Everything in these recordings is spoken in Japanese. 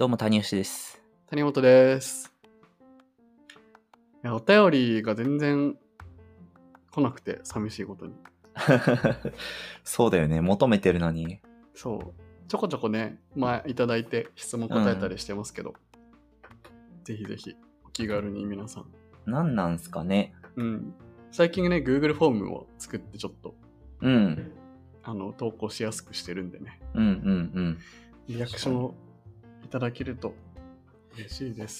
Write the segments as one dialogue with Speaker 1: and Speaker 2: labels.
Speaker 1: どうも谷吉です。
Speaker 2: 谷本です。いや、お便りが全然来なくて寂しいことに。
Speaker 1: そうだよね。求めてるのに。
Speaker 2: そう。ちょこちょこね、前いただいて質問答えたりしてますけど、ぜひぜひお気軽に皆さん。
Speaker 1: 何なんすかね。
Speaker 2: 最近ね、Google フォームを作ってちょっと、
Speaker 1: うん
Speaker 2: 投稿しやすくしてるんでね。リアクションをいただけると嬉しいです。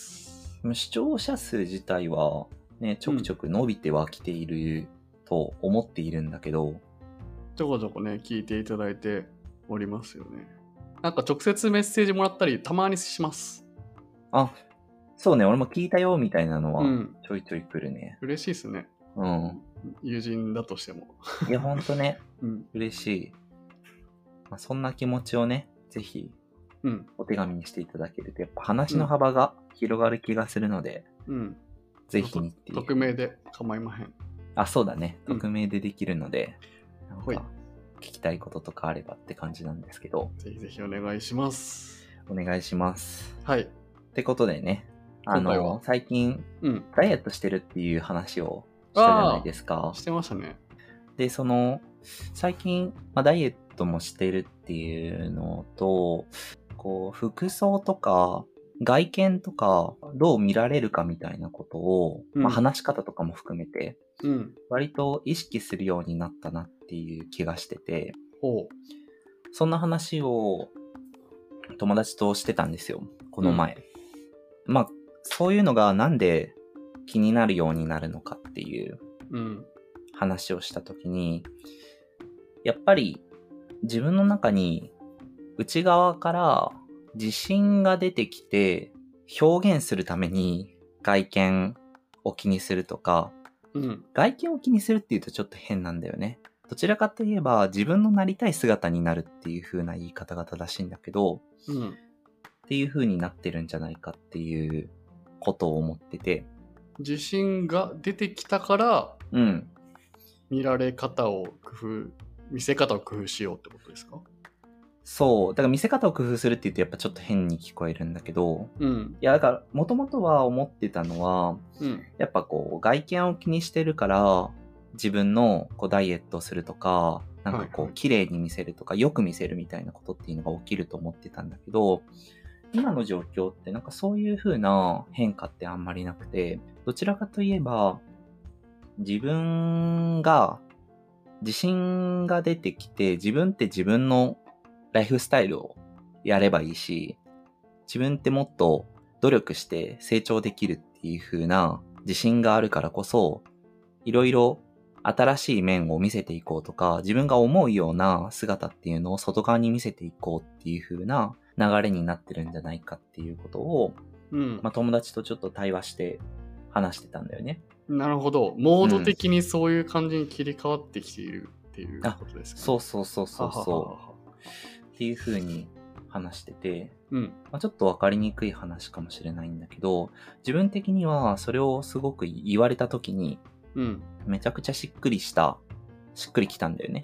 Speaker 1: 視聴者数自体はね、ちょくちょく伸びてはきていると思っているんだけど、
Speaker 2: ちょこちょこね、聞いていただいておりますよね。なんか直接メッセージもらったりたまにします。
Speaker 1: あ、そうね、俺も聞いたよみたいなのはちょいちょい来るね。
Speaker 2: 嬉しいっすね。友人だとしても。
Speaker 1: いや、ほんとね、嬉しい。そんな気持ちをね、ぜひ、お手紙にしていただけると、やっぱ話の幅が広がる気がするので、ぜひにっていう。
Speaker 2: 匿名で構いまへん。
Speaker 1: あ、そうだね。匿名でできるので、なんか聞きたいこととかあればって感じなんですけど。
Speaker 2: ぜひぜひお願いします。
Speaker 1: お願いします。
Speaker 2: はい。
Speaker 1: ってことでね、最近、ダイエットしてるっていう話をしたじゃないですか。
Speaker 2: してましたね。
Speaker 1: で、最近、ダイエットもしてるっていうのと、服装とか、外見とか、どう見られるかみたいなことを、話し方とかも含めて、割と意識するようになったなっていう気がしてて、そんな話を友達としてたんですよ、この前。そういうのがなんで気になるようになるのかっていう話をしたときに、やっぱり自分の中に内側から自信が出てきて表現するために外見を気にするとか、外見を気にするっていうとちょっと変なんだよね。どちらかといえば自分のなりたい姿になるっていう風な言い方が正しいんだけど、っていう風になってるんじゃないかっていうことを思ってて。
Speaker 2: 自信が出てきたから、見られ方を見せ方を工夫しようってことですか？
Speaker 1: そう。だから見せ方を工夫するって言うとやっぱちょっと変に聞こえるんだけど、いやだから元々は思ってたのは、やっぱ外見を気にしてるから自分のダイエットをするとか、なんか綺麗に見せるとか、よく見せるみたいなことっていうのが起きると思ってたんだけど、今の状況ってなんかそういう風な変化ってあんまりなくて、どちらかといえば自分が自信が出てきて、自分って自分のライフスタイルをやればいいし、自分ってもっと努力して成長できるっていう風な自信があるからこそ、いろいろ新しい面を見せていこうとか、自分が思うような姿っていうのを外側に見せていこうっていう風な流れになってるんじゃないかっていうことを、友達とちょっと対話して話してたんだよね。
Speaker 2: なるほど。モード的にそういう感じに切り替わってきているっていうことですかね。
Speaker 1: そうっていう風に話してて、ちょっと分かりにくい話かもしれないんだけど、自分的にはそれをすごく言われた時に、めちゃくちゃしっくりきたんだよね。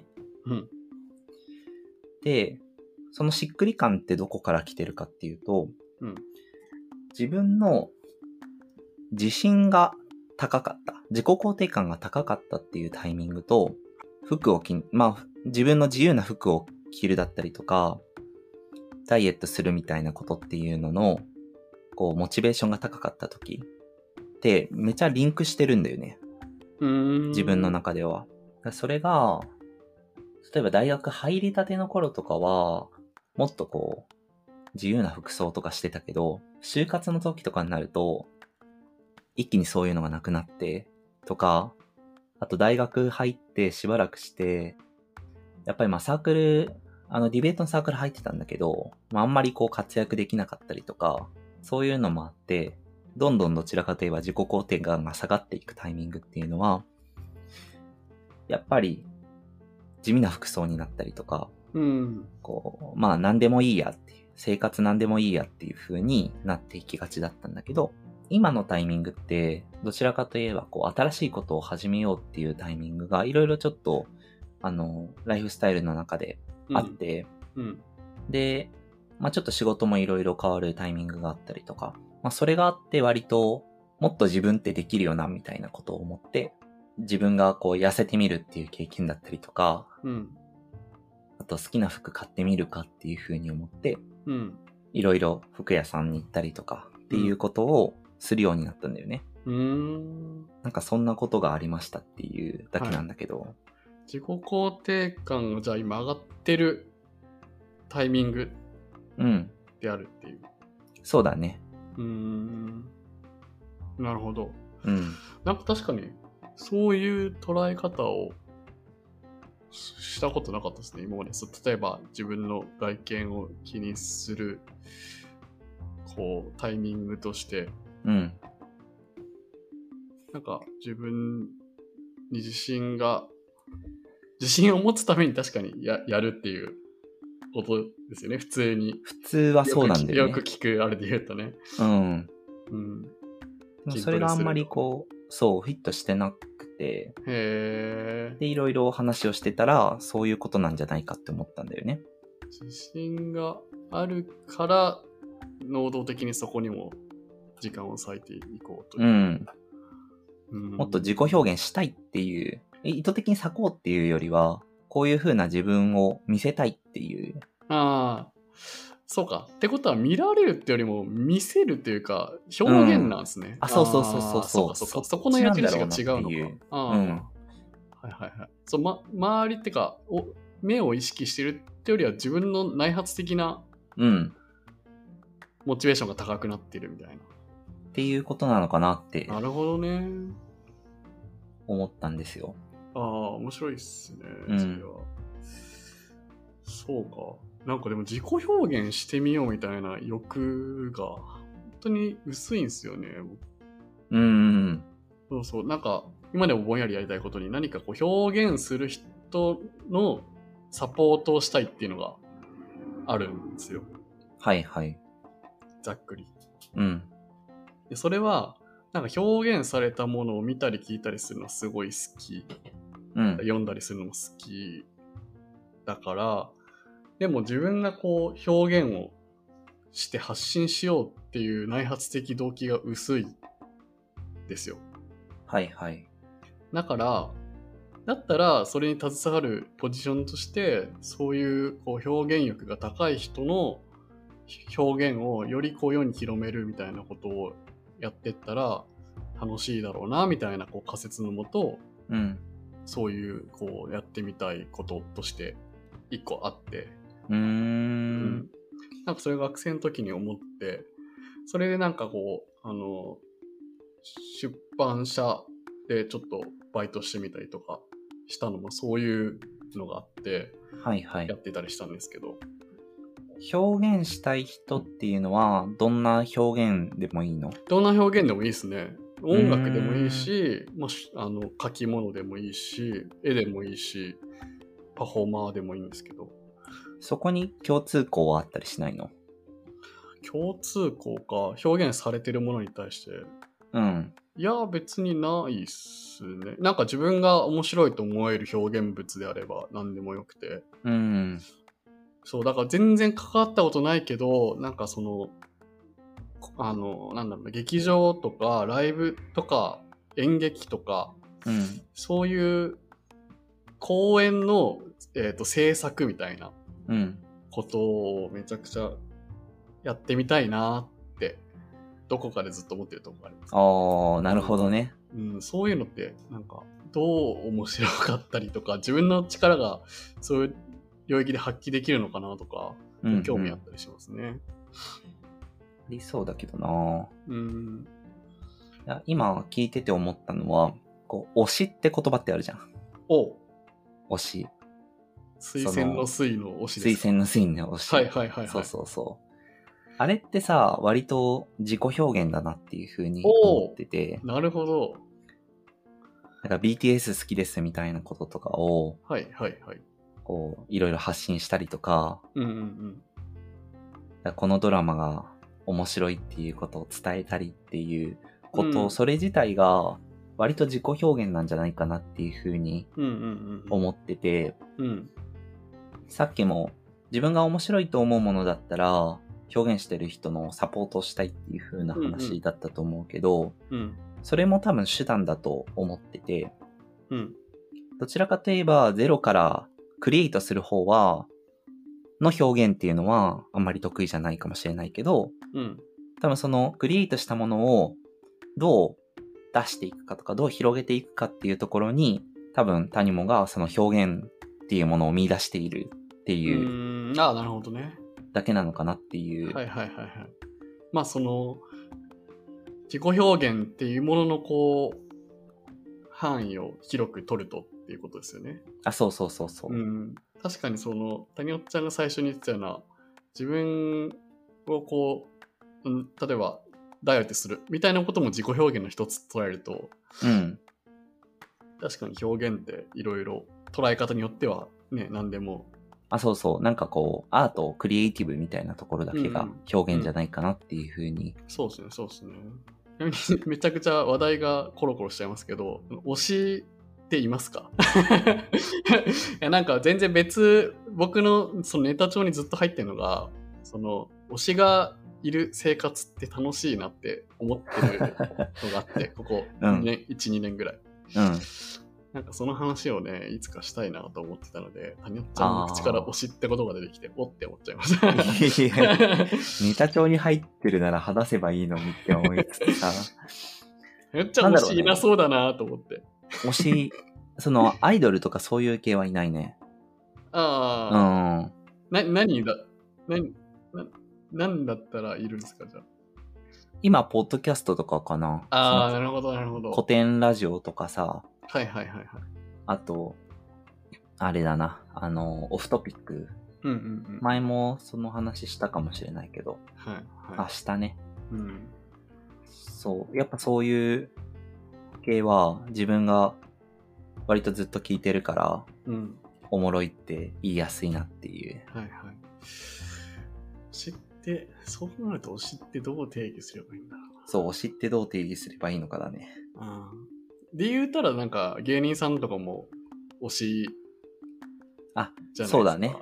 Speaker 1: で、そのしっくり感ってどこから来てるかっていうと、自分の自信が高かった、自己肯定感が高かったっていうタイミングと、自分の自由な服を着るだったりとか、ダイエットするみたいなことっていうのの、モチベーションが高かった時って、めちゃリンクしてるんだよね。自分の中では。それが、例えば大学入りたての頃とかは、もっと自由な服装とかしてたけど、就活の時とかになると、一気にそういうのがなくなって、とか、あと大学入ってしばらくして、やっぱりサークル、ディベートのサークル入ってたんだけど、あんまり活躍できなかったりとか、そういうのもあって、どんどんどちらかといえば自己肯定感が下がっていくタイミングっていうのは、やっぱり地味な服装になったりとか、何でもいいやっていう、生活何でもいいやっていう風になっていきがちだったんだけど、今のタイミングってどちらかといえば新しいことを始めようっていうタイミングがいろいろちょっとライフスタイルの中であって、で、 まあちょっと仕事もいろいろ変わるタイミングがあったりとか、まあそれがあって割ともっと自分ってできるよなみたいなことを思って、自分がこう痩せてみるっていう経験だったりとか、あと好きな服買ってみるかっていう風に思って、いろいろ服屋さんに行ったりとかっていうことをするようになったんだよね。なんかそんなことがありましたっていうだけなんだけど、
Speaker 2: 自己肯定感がじゃあ今上がってるタイミングであるっていう。
Speaker 1: そうだね。
Speaker 2: なるほど。なんか確かにそういう捉え方をしたことなかったですね、今まで。例えば自分の外見を気にするこうタイミングとして、なんか自分に自信を持つために確かに やるっていうことですよね、普通に。
Speaker 1: 普通はそうなんだよね。
Speaker 2: よく聞くあれで言うとね。
Speaker 1: それがあんまりこう、そう、フィットしてなくて。で、いろいろ話をしてたら、そういうことなんじゃないかって思ったんだよね。
Speaker 2: 自信があるから、能動的にそこにも時間を割いていこうという。
Speaker 1: もっと自己表現したいっていう、意図的に割こうっていうよりは、こういう風な自分を見せたいっていう。
Speaker 2: そうか。ってことは見られるってよりも見せるっていうか表現なんですね。
Speaker 1: そう。
Speaker 2: そこの矢印が違うのか。そう、周りってか目を意識してるってよりは自分の内発的なモチベーションが高くなってるみたいな。
Speaker 1: っていうことなのかなって。
Speaker 2: なるほどね。
Speaker 1: 思ったんですよ。
Speaker 2: 面白いっすね。それは。そうか。なんかでも自己表現してみようみたいな欲が本当に薄いんですよね。そう。なんか今でもぼんやりやりたいことに何かこう表現する人のサポートをしたいっていうのがあるんですよ。ざっくり。でそれはなんか表現されたものを見たり聞いたりするのはすごい好き。読んだりするのも好きだから、でも自分がこう表現をして発信しようっていう内発的動機が薄いですよ。だったらそれに携わるポジションとしてそういうこう表現欲が高い人の表現をよりこう世に広めるみたいなことをやってったら楽しいだろうなみたいなこう仮説のもと、そういうこうやってみたいこととして一個あって、なんかそれ学生の時に思って、それでなんかこう出版社でちょっとバイトしてみたりとかしたのもそういうのがあってやってたりしたんですけど、
Speaker 1: 表現したい人っていうのはどんな表現でもいいの？
Speaker 2: どんな表現でもいいですね。音楽でもいいし、書き物でもいいし、絵でもいいし、パフォーマーでもいいんですけど。
Speaker 1: そこに共通項はあったりしないの？
Speaker 2: 共通項か。表現されてるものに対して。いや、別にないっすね。なんか自分が面白いと思える表現物であれば何でもよくて。そう、だから全然関わったことないけど、なんかその、なんだろう、劇場とかライブとか演劇とか、そういう公演の、制作みたいなことをめちゃくちゃやってみたいなってどこかでずっと思ってるところがあります。
Speaker 1: なるほどね。
Speaker 2: そういうのってなんかどう面白かったりとか、自分の力がそういう領域で発揮できるのかなとか、興味あったりしますね。
Speaker 1: ありそうだけどな。いや今聞いてて思ったのは、こう推しって言葉ってあるじゃん。推し。
Speaker 2: 推薦の推の推しです。
Speaker 1: 推薦の推の推し。そう。あれってさ、割と自己表現だなっていう風に思ってて。
Speaker 2: なるほど。
Speaker 1: なんか BTS 好きですみたいなこととかを、こう、いろいろ発信したりとか、このドラマが面白いっていうことを伝えたりっていうこと、それ自体が割と自己表現なんじゃないかなっていう風に思ってて、さっきも自分が面白いと思うものだったら、表現してる人のサポートをしたいっていう風な話だったと思うけど、それも多分手段だと思ってて、どちらかといえばゼロからクリエイトする方の表現っていうのはあんまり得意じゃないかもしれないけど、多分そのクリエイトしたものをどう出していくかとかどう広げていくかっていうところに多分谷もがその表現っていうものを見出しているっていう
Speaker 2: なるほどね。
Speaker 1: だけなのかなっていう。
Speaker 2: まあその自己表現っていうもののこう範囲を広く取るとっていうことですよね。
Speaker 1: そう。
Speaker 2: 確かにその谷尾ちゃんが最初に言ってたような自分をこう、例えばダイエットするみたいなことも自己表現の一つ捉えると、確かに表現っていろいろ捉え方によってはね、何でも。
Speaker 1: なんかこうアート、クリエイティブみたいなところだけが表現じゃないかなっていうふうに。
Speaker 2: そうですね。めちゃくちゃ話題がコロコロしちゃいますけど、推しっていますか？いやなんか全然僕のそのネタ帳にずっと入ってるのが、その推しがいる生活って楽しいなって思ってるのがあって、ここ1、2年ぐらい。なんかその話をね、いつかしたいなと思ってたので、谷尾ちゃんの口から推しってことが出てきて、おって思っちゃいました。
Speaker 1: ネタ帳に入ってるなら話せばいいのにって思いつつさ。
Speaker 2: めっちゃ推しいなそうだなと思って。
Speaker 1: 推し、そのアイドルとかそういう系はいないね。
Speaker 2: 何だったらいるんですか、じゃあ。
Speaker 1: 今、ポッドキャストとかかな。
Speaker 2: なるほど。
Speaker 1: 古典ラジオとかさ。あと、あれだな。オフトピック。前もその話したかもしれないけど。明日ね。そう。やっぱそういう系は自分が割とずっと聞いてるから、おもろいって言いやすいなっていう。
Speaker 2: 推しって、そうなると推しってどう定義すればいいんだろうな。
Speaker 1: そう、推しってどう定義すればいいのかだね。
Speaker 2: で言うたらなんか芸人さんとかも推しじゃないですか。
Speaker 1: そうだね。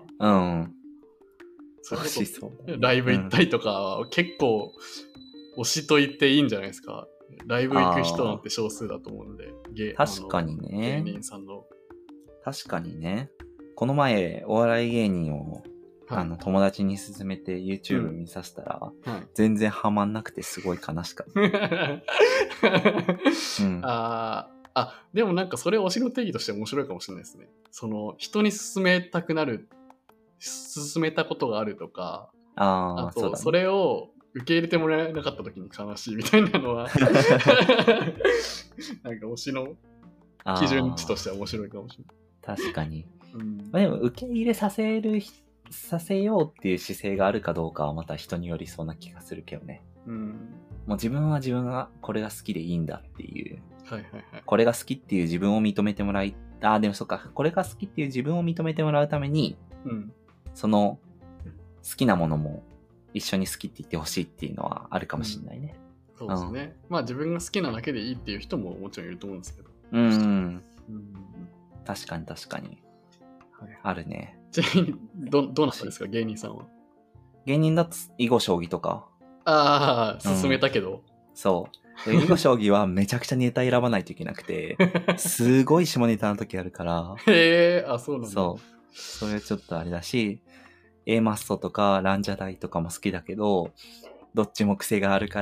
Speaker 2: 推しそうだね。ライブ行ったりとか、結構推しと言っていいんじゃないですか。ライブ行く人なんて少数だと思うので。
Speaker 1: 確かにね。
Speaker 2: 芸人さんの。
Speaker 1: 確かにね。この前、お笑い芸人を、友達に勧めて YouTube 見させたら、全然ハマんなくてすごい悲しかった。
Speaker 2: でもなんかそれ推しの定義として面白いかもしれないですね。その人に勧めたくなる、勧めたことがあるとか、あとそれを受け入れてもらえなかった時に悲しいみたいなのはなんか推しの基準値としては面白いかもしれない。
Speaker 1: 確かに。でも受け入れさせようっていう姿勢があるかどうかはまた人によりそうな気がするけどね。もう自分はこれが好きでいいんだっていう。これが好きっていう自分を認めてもらい、でもそっか、これが好きっていう自分を認めてもらうために、その好きなものも一緒に好きって言ってほしいっていうのはあるかもしれないね。
Speaker 2: そうですね。まあ自分が好きなだけでいいっていう人ももちろんいると思うんですけど。
Speaker 1: 確かに。あるね。
Speaker 2: ちなみにどなたですか、芸人さんは。
Speaker 1: 芸人だと囲碁将棋とか。
Speaker 2: 進めたけど。
Speaker 1: そう。囲碁将棋はめちゃくちゃネタ選ばないといけなくて、すごい下ネタの時あるから。
Speaker 2: そうなんだ。
Speaker 1: そう。それちょっとあれだし、A マッソとかランジャタイとかも好きだけど、どっちも癖があるから、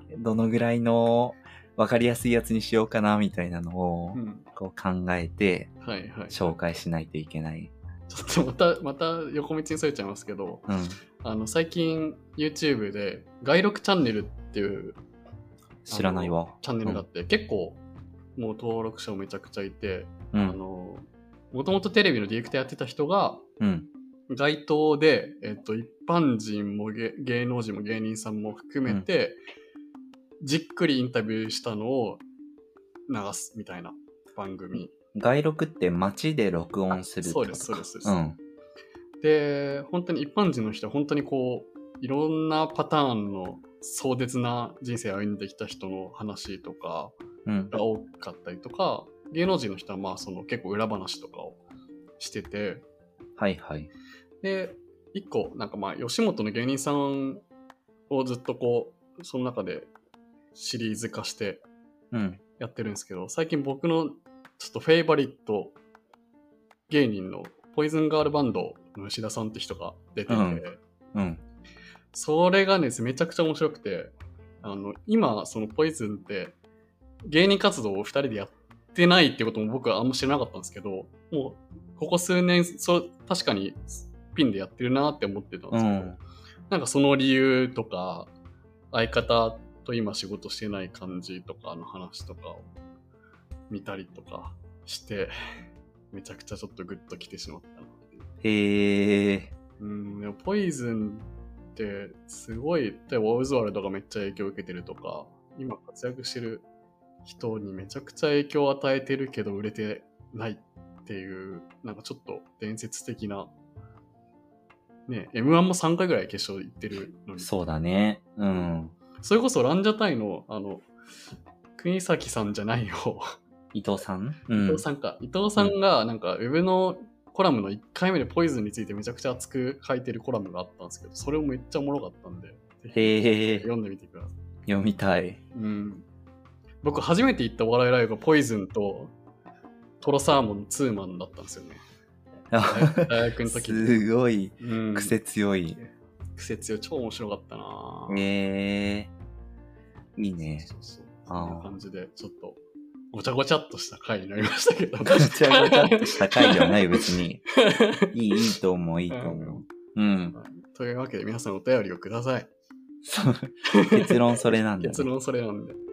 Speaker 1: どのぐらいの分かりやすいやつにしようかなみたいなのをこう考えて紹介しないといけない。
Speaker 2: ちょっとまた横道にそれちゃいますけど、最近 YouTube で外録チャンネルっていう
Speaker 1: 知らないわ
Speaker 2: チャンネルがあって、結構もう登録者もめちゃくちゃいて、もともとテレビのディレクターやってた人が、街頭で、一般人も芸能人も芸人さんも含めて、じっくりインタビューしたのを流すみたいな番組。
Speaker 1: 外録って街で録音するってことか。
Speaker 2: そうです。で、本当に一般人の人は本当にこう、いろんなパターンの壮絶な人生を歩んできた人の話とかが多かったりとか、芸能人の人はまあその結構裏話とかをしてて、
Speaker 1: はいはい。
Speaker 2: で、 一個、なんかまあ、吉本の芸人さんをずっとこう、その中でシリーズ化してやってるんですけど、最近僕のちょっとフェイバリット芸人のポイズンガールバンドの吉田さんって人が出てて、それがね、めちゃくちゃ面白くて、今、そのポイズンって芸人活動を2人でやってないってことも僕はあんま知らなかったんですけど、もうここ数年確かにピンでやってるなって思ってたんですけど、なんかその理由とか相方と今仕事してない感じとかの話とかを見たりとかしてめちゃくちゃちょっとグッときてしまったなっていう。
Speaker 1: へえ。
Speaker 2: でもポイズンってすごい、例えばオズワルドがめっちゃ影響を受けてるとか、今活躍してる人にめちゃくちゃ影響を与えてるけど売れてないっていう、なんかちょっと伝説的なね、M1 も3回ぐらい決勝行ってるのに。
Speaker 1: そうだね。うん。
Speaker 2: それこそランジャタイの国崎さんじゃないよ。
Speaker 1: 伊藤さん？
Speaker 2: 伊藤さんか。伊藤さんがなんかウェブのコラムの1回目でポイズンについてめちゃくちゃ熱く書いてるコラムがあったんですけど、それもめっちゃおもろかったんで、ぜひ読んでみてください。
Speaker 1: 読みたい。
Speaker 2: 僕初めて行ったお笑いライブがポイズンとトロサーモンのツーマンだったんですよね。大学の時に。
Speaker 1: すごい、癖強い。
Speaker 2: 癖強い。超面白かったな。
Speaker 1: いいね。
Speaker 2: そんな感じで、ちょっと、ごちゃごちゃっとした回になりましたけど。
Speaker 1: ごちゃごちゃっとした回ではないよ、別に。いいと思う、いいと思う。
Speaker 2: というわけで、皆さんお便りをください。
Speaker 1: 結論それなんだ、ね。
Speaker 2: 結論それなんで。